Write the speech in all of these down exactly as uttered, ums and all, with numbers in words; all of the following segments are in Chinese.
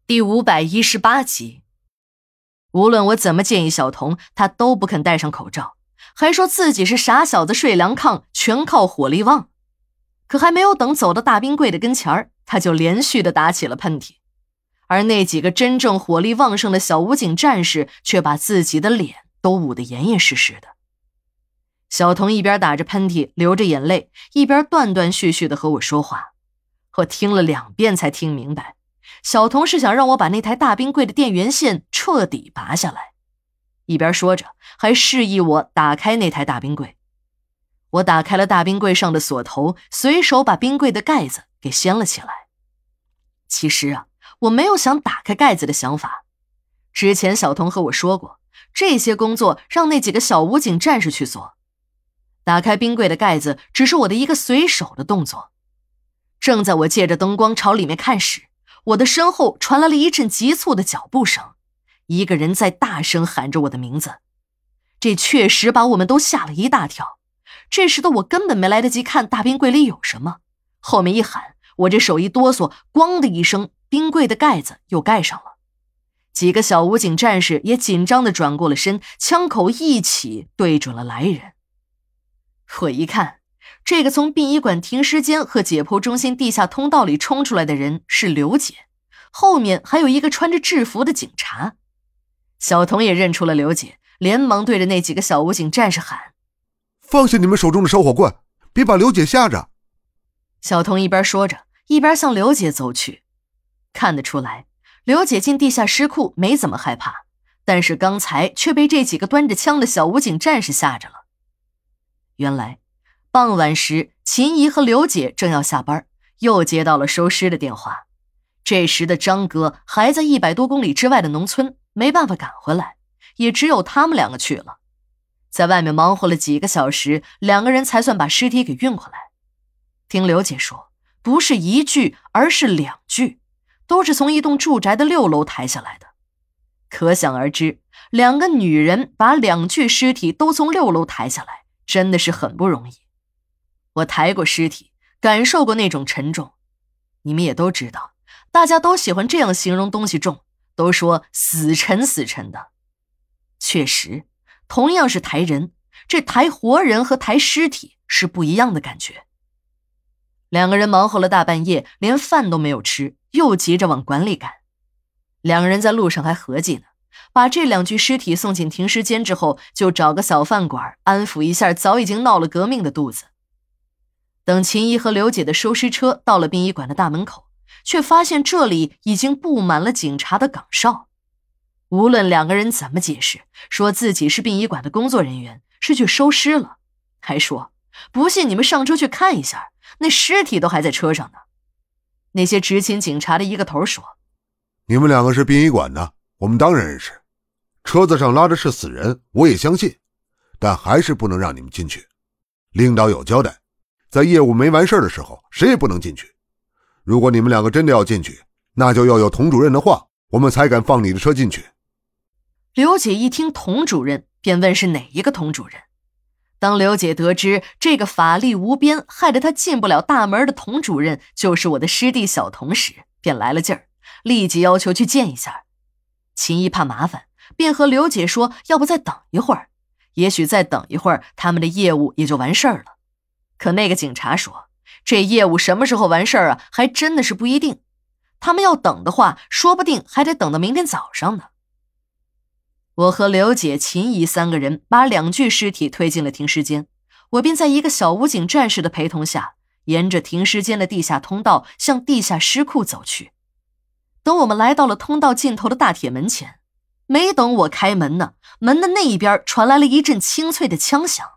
第五百一十八集。无论我怎么建议小童，他都不肯戴上口罩，还说自己是傻小子睡凉炕，全靠火力旺。可还没有等走到大冰柜的跟前儿，他就连续的打起了喷嚏。而那几个真正火力旺盛的小武警战士却把自己的脸都捂得严严实实的。小童一边打着喷嚏流着眼泪，一边断断续续的和我说话。我听了两遍才听明白，小童是想让我把那台大冰柜的电源线彻底拔下来。一边说着还示意我打开那台大冰柜。我打开了大冰柜上的锁头，随手把冰柜的盖子给掀了起来。其实啊，我没有想打开盖子的想法。之前小童和我说过，这些工作让那几个小武警战士去做。打开冰柜的盖子只是我的一个随手的动作。正在我借着灯光朝里面看时，我的身后传来了一阵急促的脚步声，一个人在大声喊着我的名字。这确实把我们都吓了一大跳。这时的我根本没来得及看大冰柜里有什么，后面一喊，我这手一哆嗦，咣的一声，冰柜的盖子又盖上了。几个小武警战士也紧张地转过了身，枪口一起对准了来人。我一看，这个从殡仪馆停尸间和解剖中心地下通道里冲出来的人是刘姐，后面还有一个穿着制服的警察。小童也认出了刘姐，连忙对着那几个小武警战士喊： 放下你们手中的烧火棍，别把刘姐吓着。 小童一边说着，一边向刘姐走去。看得出来，刘姐进地下尸库没怎么害怕，但是刚才却被这几个端着枪的小武警战士吓着了。原来傍晚时，秦姨和刘姐正要下班，又接到了收尸的电话。这时的张哥还在一百多公里之外的农村，没办法赶回来，也只有他们两个去了。在外面忙活了几个小时，两个人才算把尸体给运回来。听刘姐说，不是一具，而是两具，都是从一栋住宅的六楼抬下来的。可想而知，两个女人把两具尸体都从六楼抬下来，真的是很不容易。我抬过尸体，感受过那种沉重。你们也都知道，大家都喜欢这样形容东西重，都说死沉死沉的。确实，同样是抬人，这抬活人和抬尸体是不一样的感觉。两个人忙活了大半夜，连饭都没有吃，又急着往馆里赶。两个人在路上还合计呢，把这两具尸体送进停尸间之后，就找个小饭馆安抚一下早已经闹了革命的肚子。等秦姨和刘姐的收尸车到了殡仪馆的大门口，却发现这里已经布满了警察的岗哨。无论两个人怎么解释，说自己是殡仪馆的工作人员，是去收尸了，还说不信你们上车去看一下，那尸体都还在车上呢。那些执勤警察的一个头说： 你们两个是殡仪馆的，我们当然认识，车子上拉的是死人，我也相信，但还是不能让你们进去。领导有交代，在业务没完事的时候，谁也不能进去。如果你们两个真的要进去，那就要有童主任的话，我们才敢放你的车进去。 刘姐一听童主任，便问是哪一个童主任。当刘姐得知这个法力无边害得她进不了大门的童主任就是我的师弟小童时，便来了劲儿，立即要求去见一下。秦姨怕麻烦，便和刘姐说要不再等一会儿，也许再等一会儿他们的业务也就完事儿了。可那个警察说，这业务什么时候完事儿啊，还真的是不一定。他们要等的话，说不定还得等到明天早上呢。我和刘姐、秦姨三个人把两具尸体推进了停尸间，我便在一个小武警战士的陪同下，沿着停尸间的地下通道向地下尸库走去。等我们来到了通道尽头的大铁门前，没等我开门呢，门的那一边传来了一阵清脆的枪响。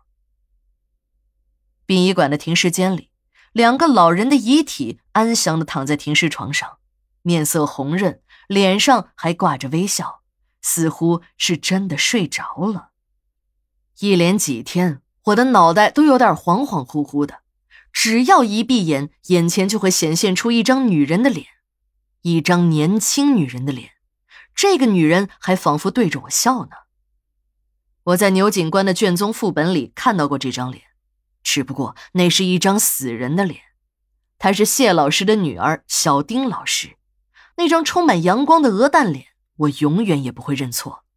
殡仪馆的停尸间里，两个老人的遗体安详地躺在停尸床上，面色红润，脸上还挂着微笑，似乎是真的睡着了。一连几天，我的脑袋都有点恍恍惚惚的，只要一闭眼，眼前就会显现出一张女人的脸，一张年轻女人的脸，这个女人还仿佛对着我笑呢。我在牛警官的卷宗副本里看到过这张脸，只不过那是一张死人的脸。她是谢老师的女儿小丁老师， 那张充满阳光的鹅蛋脸，我永远也不会认错。